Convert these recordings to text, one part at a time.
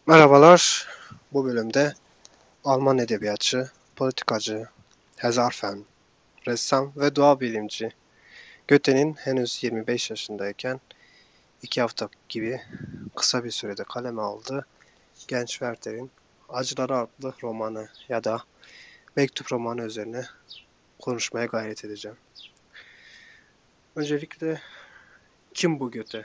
Merhabalar. Bu bölümde Alman edebiyatçı, politikacı, yazarfen, ressam ve doğa bilimci Goethe'nin henüz 25 yaşındayken 2 hafta gibi kısa bir sürede kaleme aldığı genç Werther'in Acıları adlı romanı ya da mektup romanı üzerine konuşmaya gayret edeceğim. Öncelikle kim bu Goethe?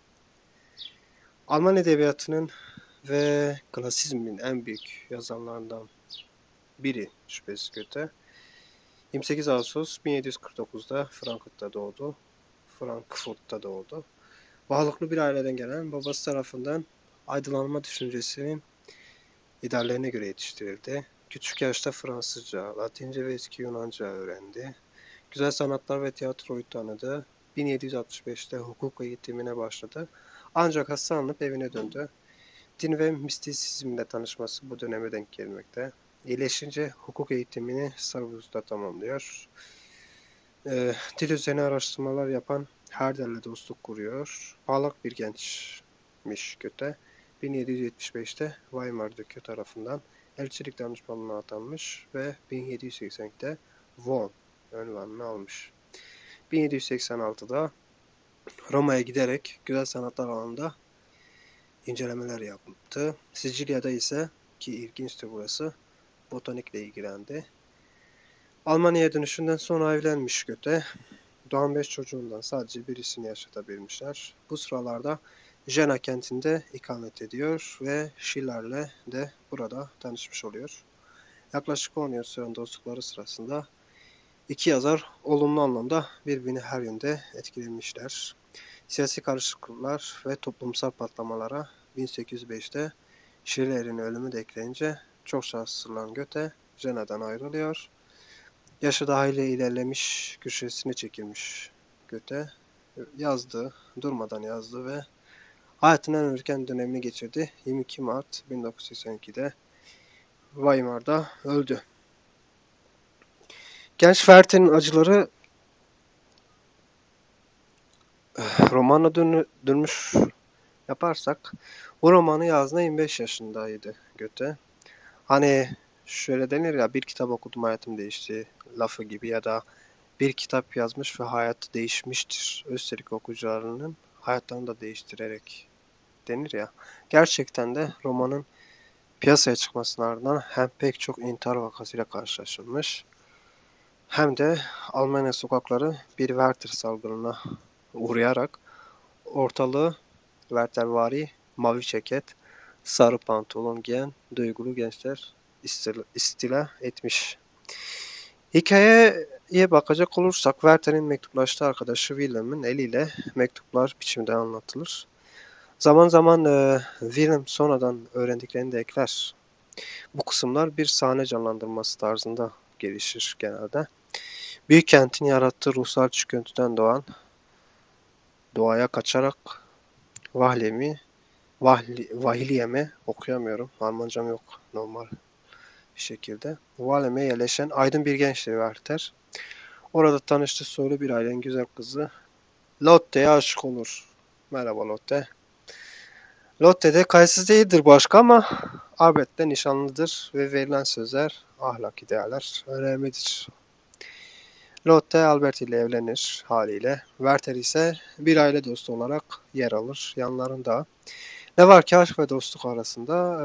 Alman edebiyatının ve klasizmin en büyük yazarlarından biri şüphesiz Goethe. 28 Ağustos 1749'da Frankfurt'ta doğdu. Varlıklı bir aileden gelen babası tarafından aydınlanma düşüncesinin ideallerine göre yetiştirildi. Küçük yaşta Fransızca, Latince ve eski Yunanca öğrendi. Güzel sanatlar ve tiyatroyu tanıdı. 1765'te hukuk eğitimine başladı. Ancak hastalanıp evine döndü. Din ve mistisizmle tanışması bu döneme denk gelmekte. İyileşince hukuk eğitimini Strasbourg'da tamamlıyor. Dil üzerine araştırmalar yapan Herder'le dostluk kuruyor. Parlak bir gençmiş Goethe. 1775'te Weimar Dükü tarafından elçilik danışmanlığına atanmış ve 1782'de von unvanını almış. 1786'da Roma'ya giderek güzel sanatlar alanında incelemeler yaptı. Sicilya'da ise, ki ilginçtir burası, botanikle ilgilendi. Almanya'ya dönüşünden sonra evlenmiş Goethe. Doğan 5 çocuğundan sadece birisini yaşatabilmişler. Bu sıralarda Jena kentinde ikamet ediyor ve Schiller'le de burada tanışmış oluyor. Yaklaşık 10 yıl süren dostlukları sırasında iki yazar olumlu anlamda birbirini her yönde etkilemişler. Siyasi karışıklıklar ve toplumsal patlamalara 1805'te Schiller'in ölümü de ekleyince çok şanssızlanan Goethe Jena'dan ayrılıyor. Yaşı da hayli ilerlemiş, köşesine çekilmiş Goethe durmadan yazdı ve hayatının en erken dönemini geçirdi. 22 Mart 1982'de Weimar'da öldü. Genç Werther'in acıları romana dönmüş yaparsak, bu romanı yazdığında 25 yaşındaydı Goethe. Hani şöyle denir ya, bir kitap okudum hayatım değişti lafı gibi ya da bir kitap yazmış ve hayatı değişmiştir. Üstelik okuyucularının hayatlarını da değiştirerek denir ya. Gerçekten de romanın piyasaya çıkmasının ardından hem pek çok intihar vakasıyla karşılaşılmış hem de Almanya sokakları bir Werther salgınına uğrayarak ortalığı Werthervari mavi ceket, sarı pantolon giyen duygulu gençler istila etmiş. Hikayeye bakacak olursak Werther'in mektuplaştığı arkadaşı Wilhelm'in eliyle mektuplar biçimde anlatılır. Zaman zaman Wilhelm sonradan öğrendiklerini de ekler. Bu kısımlar bir sahne canlandırması tarzında gelişir genelde. Büyük kentin yarattığı ruhsal çöküntüden doğaya kaçarak Vahliyem'e okuyamıyorum. Almancam yok normal bir şekilde. Vahliyem'e yerleşen aydın bir gençti Werther. Orada tanıştığı soylu bir ailenin güzel kızı Lotte'ye aşık olur. Merhaba Lotte. Lotte de kayıtsız değildir başka ama Albert'le nişanlıdır ve verilen sözler, ahlaki değerler önemlidir. Lotte Albert ile evlenir haliyle. Werther ise bir aile dostu olarak yer alır yanlarında. Ne var ki aşk ve dostluk arasında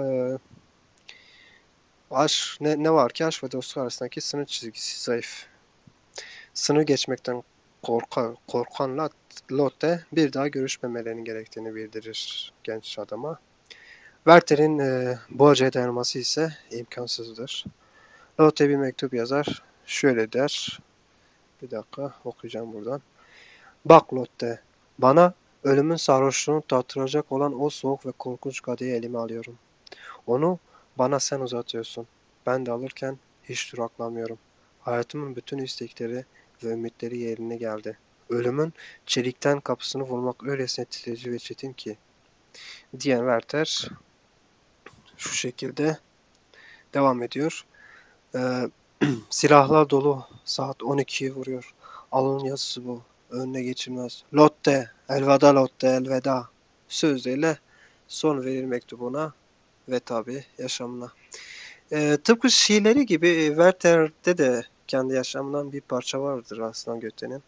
ne var ki aşk ve dostluk arasındaki sınır çizgisi zayıf. Sınır geçmekten korkan Lotte bir daha görüşmemelerinin gerektiğini bildirir genç adama. Werther'in bu acıya dayanması ise imkansızdır. Lotte bir mektup yazar. Şöyle der. Bir dakika okuyacağım buradan. Bak Lotte, bana ölümün sarhoşluğunu tattıracak olan o soğuk ve korkunç kadehi elime alıyorum. Onu bana sen uzatıyorsun. Ben de alırken hiç duraklamıyorum. Hayatımın bütün istekleri ve ümitleri yerine geldi. Ölümün çelikten kapısını vurmak öylesine titreyici ve çetin ki, diyen Werther şu şekilde devam ediyor. Ee, Silahlar dolu. Saat 12'yi vuruyor. Alın yazısı bu. Önüne geçilmez. Lotte, elveda Lotte, elveda. Sözleriyle son verir mektubuna ve tabii yaşamına. Tıpkı şiirleri gibi Werther'de de kendi yaşamından bir parça vardır aslında Goethe'nin.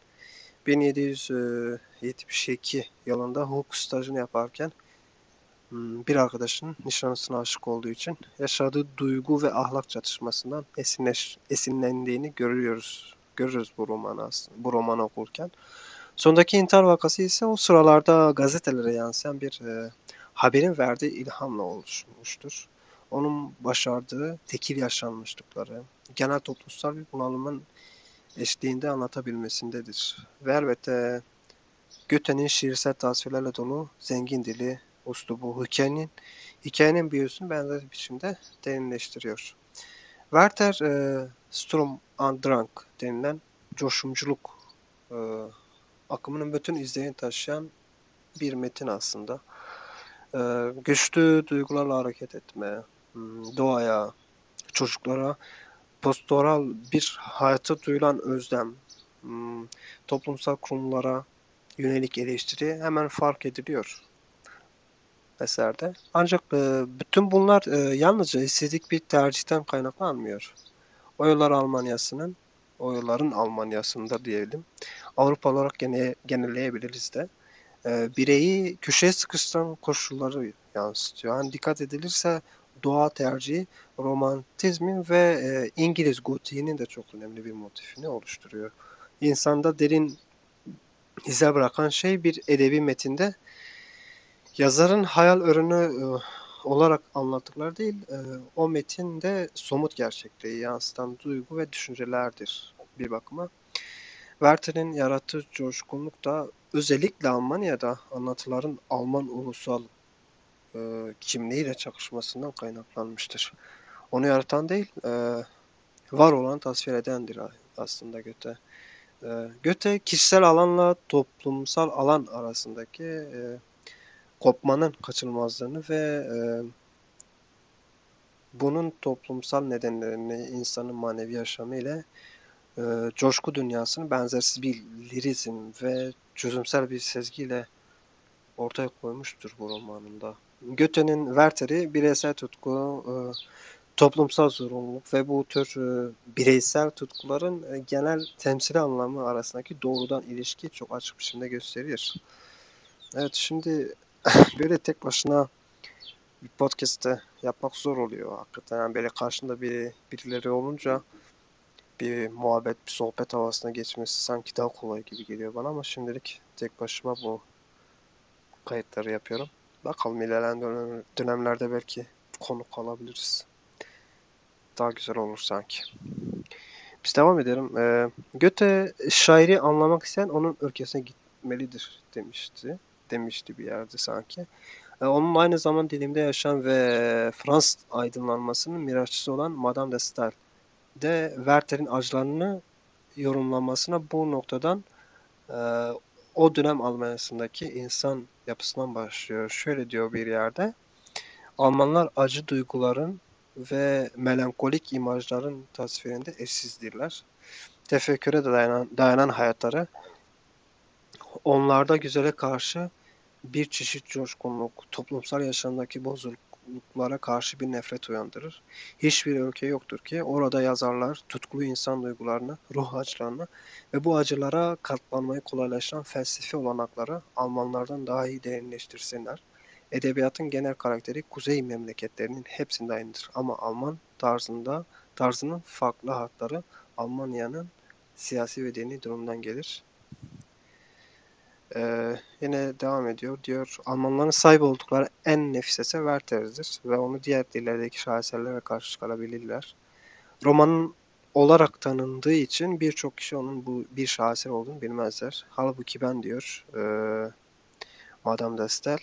1772 yılında hukuk stajını yaparken bir arkadaşının nişanlısına aşık olduğu için yaşadığı duygu ve ahlak çatışmasından esinlendiğini görürüz bu romanı okurken. Sondaki intihar vakası ise o sıralarda gazetelere yansıyan bir haberin verdiği ilhamla oluşmuştur. Onun başardığı tekil yaşanmışlıkları, genel toplumsal bir bunalımın eşliğinde anlatabilmesindedir. Ve elbette Goethe'nin şiirsel tasvirlerle dolu zengin dili, üslubu hikayenin büyüsünü benzer bir biçimde derinleştiriyor. Werther Sturm und Drang denilen coşumculuk e, akımının bütün izlerini taşıyan bir metin aslında. Güçlü duygularla hareket etme, doğaya, çocuklara, pastoral bir hayata duyulan özlem, toplumsal kurumlara yönelik eleştiri hemen fark ediliyor eserde. Ancak bütün bunlar yalnızca estetik bir tercihten kaynaklanmıyor. O yılların Almanya'sında diyelim, Avrupa olarak genelleyebiliriz de. Bireyi köşeye sıkıştıran koşulları yansıtıyor. Yani dikkat edilirse doğa tercihi, romantizmin ve İngiliz gotiğinin de çok önemli bir motifini oluşturuyor. İnsanda derin izler bırakan şey bir edebi metinde yazarın hayal ürünü olarak anlattıkları değil, o metinde somut gerçekliği yansıtan duygu ve düşüncelerdir bir bakıma. Werther'in yarattığı coşkunluk da özellikle Almanya'da anlatıların Alman ulusal kimliğiyle çakışmasından kaynaklanmıştır. Onu yaratan değil, var olanı tasvir edendir aslında Goethe. Goethe kişisel alanla toplumsal alan arasındaki kopmanın kaçınılmazlığını ve bunun toplumsal nedenlerini insanın manevi yaşamı ile coşku dünyasını benzersiz bir lirizm ve çözümsel bir sezgiyle ortaya koymuştur bu romanında. Goethe'nin Werther'i bireysel tutku, toplumsal zorunluluk ve bu tür bireysel tutkuların genel temsili anlamı arasındaki doğrudan ilişki çok açık bir şekilde gösterir. Evet, şimdi böyle tek başına bir podcast'te yapmak zor oluyor hakikaten. Yani böyle karşında birileri olunca bir muhabbet, bir sohbet havasına geçmesi sanki daha kolay gibi geliyor bana ama şimdilik tek başıma bu kayıtları yapıyorum. Bakalım ilerleyen dönemlerde belki konuk alabiliriz. Daha güzel olur sanki. Biz devam edelim. Goethe şairi anlamak isteyen onun ülkesine gitmelidir demişti bir yerde sanki. Onun aynı zaman dilimde yaşayan ve Fransız aydınlanmasının mirasçısı olan Madame de Staël de Werther'in acılarını yorumlamasına bu noktadan e, o dönem Almanya'sındaki insan yapısından başlıyor. Şöyle diyor bir yerde: Almanlar acı duyguların ve melankolik imajların tasvirinde eşsizdirler. Tefekküre de dayanan hayatları onlarda güzele karşı bir çeşit coşkunluk, toplumsal yaşamdaki bozukluklara karşı bir nefret uyandırır. Hiçbir ülke yoktur ki orada yazarlar tutkulu insan duygularını, ruh acılarını ve bu acılara katlanmayı kolaylaştıran felsefi olanakları Almanlardan daha iyi derinleştirsinler. Edebiyatın genel karakteri kuzey memleketlerinin hepsinde aynıdır ama tarzının farklı hatları Almanya'nın siyasi ve dini durumundan gelir. Yine devam ediyor. Diyor, Almanların sahip oldukları en nefis eser Werther'dir ve onu diğer dillerdeki şaheserlerle karşı çıkarabilirler. Romanın olarak tanındığı için birçok kişi onun bu bir şaheser olduğunu bilmezler. Halbuki ben diyor Madame de Staël,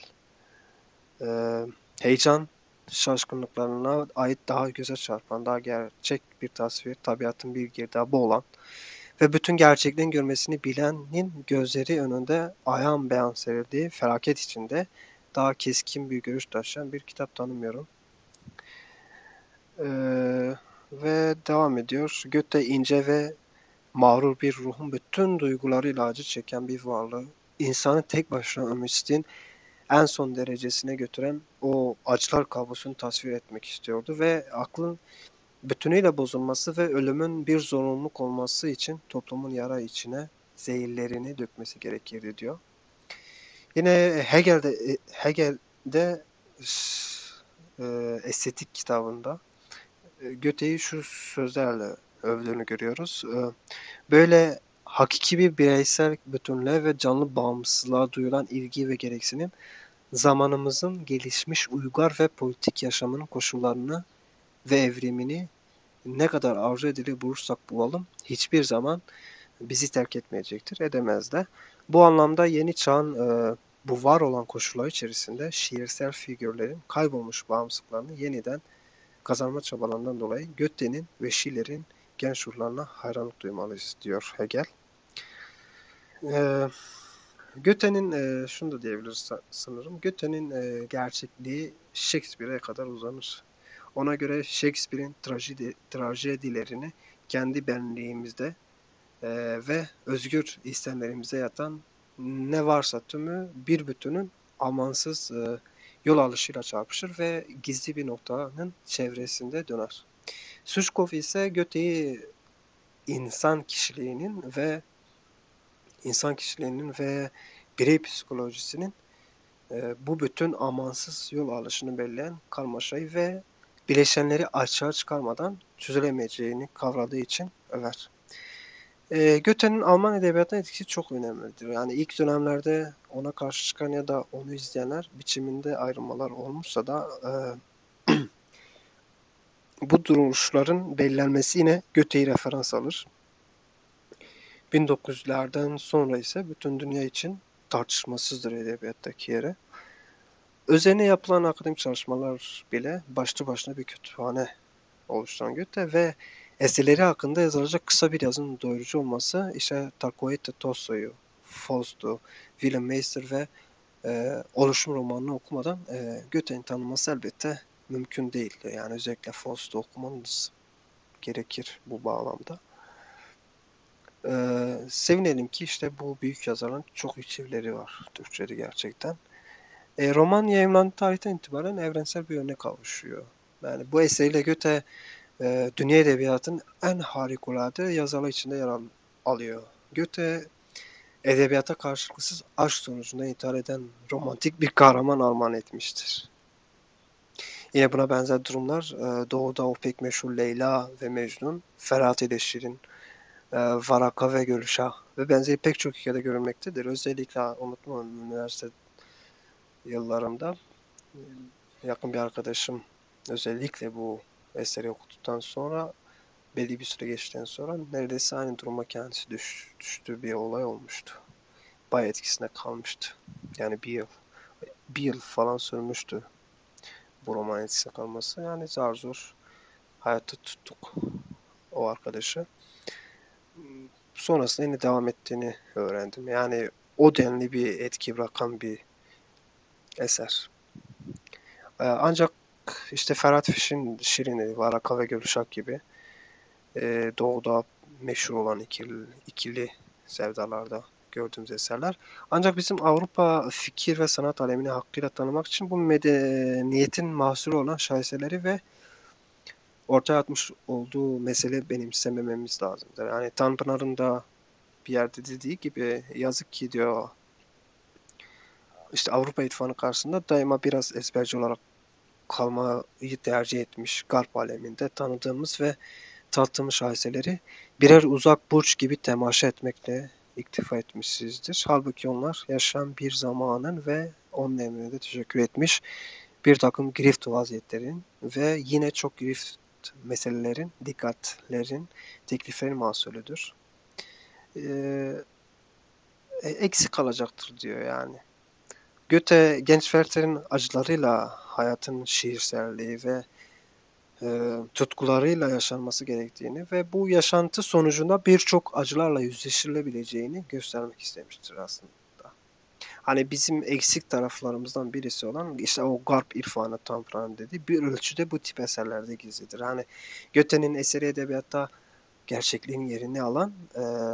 heyecan şaşkınlıklarına ait daha göze çarpan, daha gerçek bir tasvir, tabiatın bir girdabı olan ve bütün gerçekliğin görmesini bilenin gözleri önünde ayan beyan serildiği felaket içinde daha keskin bir görüş taşıyan bir kitap tanımıyorum. Ve devam ediyor. Goethe ince ve mağrur bir ruhun bütün duygularıyla acı çeken bir varlığı. İnsanı tek başına ömürsün en son derecesine götüren o acılar kablosunu tasvir etmek istiyordu ve aklın bütünüyle bozulması ve ölümün bir zorunluluk olması için toplumun yara içine zehirlerini dökmesi gerekirdi diyor. Yine Hegel'de estetik kitabında Göte'yi şu sözlerle övdüğünü görüyoruz. Böyle hakiki bir bireysel bütünlüğe ve canlı bağımsızlığa duyulan ilgi ve gereksinim zamanımızın gelişmiş uygar ve politik yaşamının koşullarını ve evrimini ne kadar arzu edili bulursak bulalım hiçbir zaman bizi terk etmeyecektir, edemez de. Bu anlamda yeni çağın bu var olan koşullar içerisinde şiirsel figürlerin kaybolmuş bağımsızlıklarını yeniden kazanma çabalarından dolayı Goethe'nin ve Schiller'in genç ruhlarına hayranlık duymalıyız diyor Hegel. Goethe'nin şunu da diyebiliriz sanırım. Goethe'nin gerçekliği Shakespeare'e kadar uzanır. Ona göre Shakespeare'in trajedilerini kendi benliğimizde ve özgür istemlerimize yatan ne varsa tümü bir bütünün amansız yol alışıyla çarpışır ve gizli bir noktanın çevresinde döner. Sushkov ise Goethe'yi insan kişiliğinin ve birey psikolojisinin bu bütün amansız yol alışını belirleyen karmaşayı ve bileşenleri açığa çıkarmadan çözülemeyeceğini kavradığı için över. Goethe'nin Alman edebiyatına etkisi çok önemlidir. Yani ilk dönemlerde ona karşı çıkan ya da onu izleyenler biçiminde ayrılmalar olmuşsa da bu duruşların belirlenmesi yine Goethe'yi referans alır. 1900'lerden sonra ise bütün dünya için tartışmasızdır edebiyattaki yeri. Üzerine yapılan akademik çalışmalar bile başlı başına bir kütüphane oluşturan Goethe ve eserleri hakkında yazılacak kısa bir yazının doyurucu olması işte Tarkovsky, Tolstoy'u, Faust'u, Wilhelm Meister ve Oluşum romanını okumadan Goethe'nin tanınması elbette mümkün değildi. Yani özellikle Faust'u okumanız gerekir bu bağlamda. Sevinelim ki işte bu büyük yazarların çok içerileri var Türkçe'de gerçekten. Roman yayımlandığı tarihten itibaren evrensel bir örnek kavuşuyor. Yani bu eseriyle Goethe dünya edebiyatının en harikulade yazarlar içinde yer alıyor. Goethe edebiyata karşılıksız aşk sonucunda intihar eden romantik bir kahraman armağan etmiştir. Yine buna benzer durumlar Doğu'da o pek meşhur Leyla ve Mecnun, Ferhat ile Şirin, Varaka ve Gülşah ve benzeri pek çok hikayede görülmektedir. Özellikle unutmam üniversite yıllarımda yakın bir arkadaşım özellikle bu eseri okuduktan sonra belli bir süre geçtikten sonra neredeyse aynı duruma kendisi düştüğü bir olay olmuştu. Bayağı etkisinde kalmıştı. Yani bir yıl falan sürmüştü bu roman etkisinde kalması. Yani zar zor hayatta tuttuk o arkadaşı. Sonrasında yine devam ettiğini öğrendim. Yani o denli bir etki bırakan bir eser. Ancak işte Ferhat Fiş'in Şirin'i, Varaka ve Gülşah gibi Doğu'da meşhur olan ikili sevdalarda gördüğümüz eserler. Ancak bizim Avrupa fikir ve sanat alemini hakkıyla tanımak için bu medeniyetin mahsulü olan şaheserleri ve ortaya atmış olduğu mesele benimsemememiz lazımdır. Yani Tanpınar'ın da bir yerde dediği gibi yazık ki diyor işte Avrupa İttifakı karşısında daima biraz ezberci olarak kalmayı tercih etmiş Garp aleminde tanıdığımız ve tattığımız şaheserleri birer uzak burç gibi temaşa etmekle iktifa etmişsizdir. Halbuki onlar yaşayan bir zamanın ve onun emrine de teşekkür etmiş bir takım grift vaziyetlerin ve yine çok grift meselelerin, dikkatlerin, tekliflerin mahsulüdür. Eksik kalacaktır diyor yani. Goethe genç Werther'in acılarıyla hayatın şiirselliği ve tutkularıyla yaşanması gerektiğini ve bu yaşantı sonucunda birçok acılarla yüzleşilebileceğini göstermek istemiştir aslında. Hani bizim eksik taraflarımızdan birisi olan işte o Garp irfanı Tanpınar'ın dediği bir ölçüde bu tip eserlerde gizlidir. Hani Goethe'nin eseri edebiyatta gerçekliğin yerini alan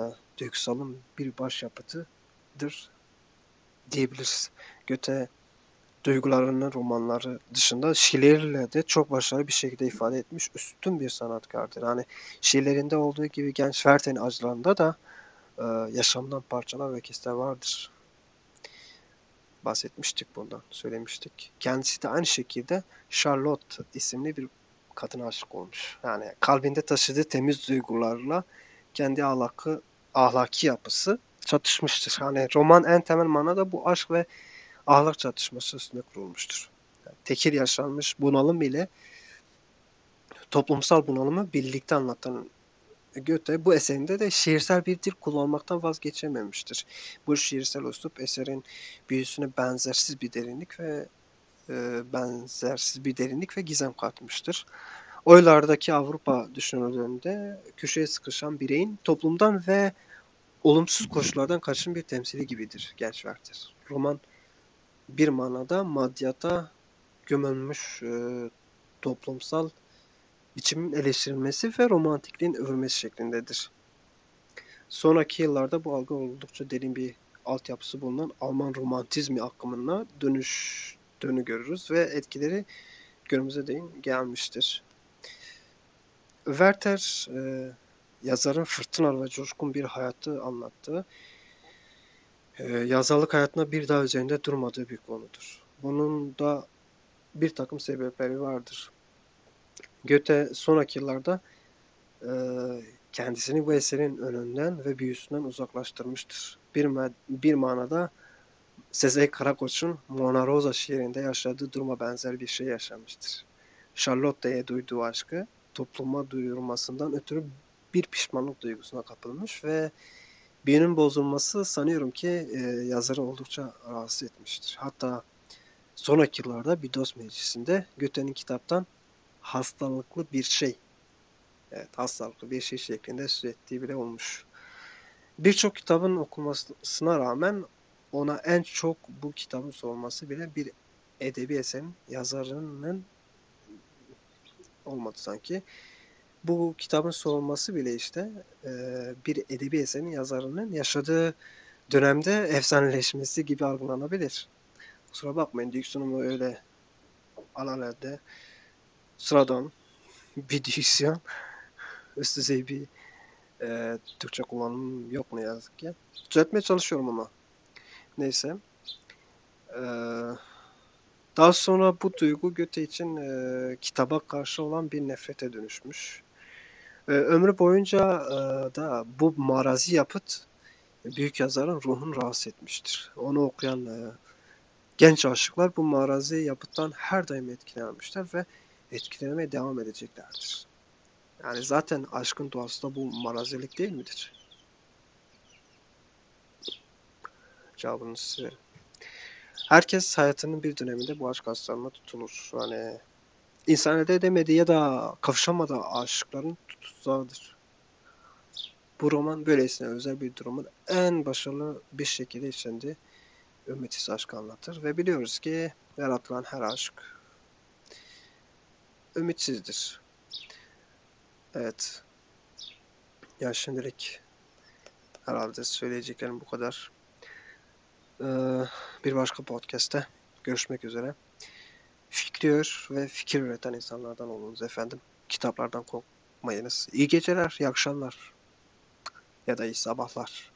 duygusalın bir başyapıtıdır diyebiliriz. Goethe duygularını romanları dışında şiirleriyle de çok başarılı bir şekilde ifade etmiş üstün bir sanatkardır. Hani şiirlerinde olduğu gibi genç Werther'in acılarında da yaşamdan parçalar ve kesitler vardır. Bahsetmiştik bundan, söylemiştik. Kendisi de aynı şekilde Charlotte isimli bir kadına aşık olmuş. Yani kalbinde taşıdığı temiz duygularla kendi ahlaki yapısı çatışmıştır. Hani roman en temel manada bu aşk ve ahlak çatışması üstüne kurulmuştur. Yani tekil yaşanmış bunalım ile toplumsal bunalımı birlikte anlatan Goethe bu eserinde de şiirsel bir dil kullanmaktan vazgeçememiştir. Bu şiirsel üslup eserin büyüsüne benzersiz bir derinlik ve gizem katmıştır. Oylardaki Avrupa düşünürlerinde köşeye sıkışan bireyin toplumdan ve olumsuz koşullardan kaçın bir temsili gibidir genç Werther. Roman bir manada maddiyata gömülmüş toplumsal biçimin eleştirilmesi ve romantikliğin övülmesi şeklindedir. Sonraki yıllarda bu algı oldukça derin bir altyapısı bulunan Alman romantizmi akımına dönüştüğünü görürüz ve etkileri günümüze değin gelmiştir. Werther yazarın fırtınalı ve coşkun bir hayatı anlattığı, yazarlık hayatında bir daha üzerinde durmadığı bir konudur. Bunun da bir takım sebepleri vardır. Goethe sonraki yıllarda kendisini bu eserin önünden ve büyüsünden uzaklaştırmıştır. Bir manada Sezai Karakoç'un Mona Rosa şiirinde yaşadığı duruma benzer bir şey yaşamıştır. Charlotte'ye duyduğu aşkı topluma duyurmasından ötürü bir pişmanlık duygusuna kapılmış ve büyünün bozulması sanıyorum ki yazarı oldukça rahatsız etmiştir. Hatta sonraki yıllarda bir dost meclisinde Goethe'nin kitaptan hastalıklı bir şey, evet hastalıklı bir şey şeklinde söz ettiği bile olmuş. Birçok kitabın okunmasına rağmen ona en çok bu kitabın sorulması bile bir edebi eserin yazarının olmadı sanki. Bu kitabın sorulması bile işte bir edebi eserin yazarının yaşadığı dönemde efsaneleşmesi gibi algılanabilir. Kusura bakmayın diksiyonumu öyle alelade sıradan bir diksiyon, üst düzey bir Türkçe kullanımım yok ne yazık ki. Düzeltmeye çalışıyorum ama. Neyse. E, Daha sonra bu duygu Goethe için kitaba karşı olan bir nefrete dönüşmüş. Ömrü boyunca da bu marazi yapıt büyük yazarın ruhunu rahatsız etmiştir. Onu okuyan genç aşıklar bu marazi yapıttan her daim etkilenmişler ve etkilenmeye devam edeceklerdir. Yani zaten aşkın doğası da bu marazilik değil midir? Cevabını size. Herkes hayatının bir döneminde bu aşk hastalığına tutulur. Hani insan elde edemediği ya da kavuşamadığı aşıkların tuzağıdır. Bu roman böylesine özel bir durumun en başarılı bir şekilde işlendiği ümitsiz aşkı anlatır. Ve biliyoruz ki yaratılan her aşk ümitsizdir. Evet. Ya şimdilik herhalde söyleyeceklerim bu kadar. Bir başka podcast'te görüşmek üzere. Fikir ve fikir üreten insanlardan olunuz efendim. Kitaplardan korkmayınız. İyi geceler, iyi akşamlar ya da iyi sabahlar.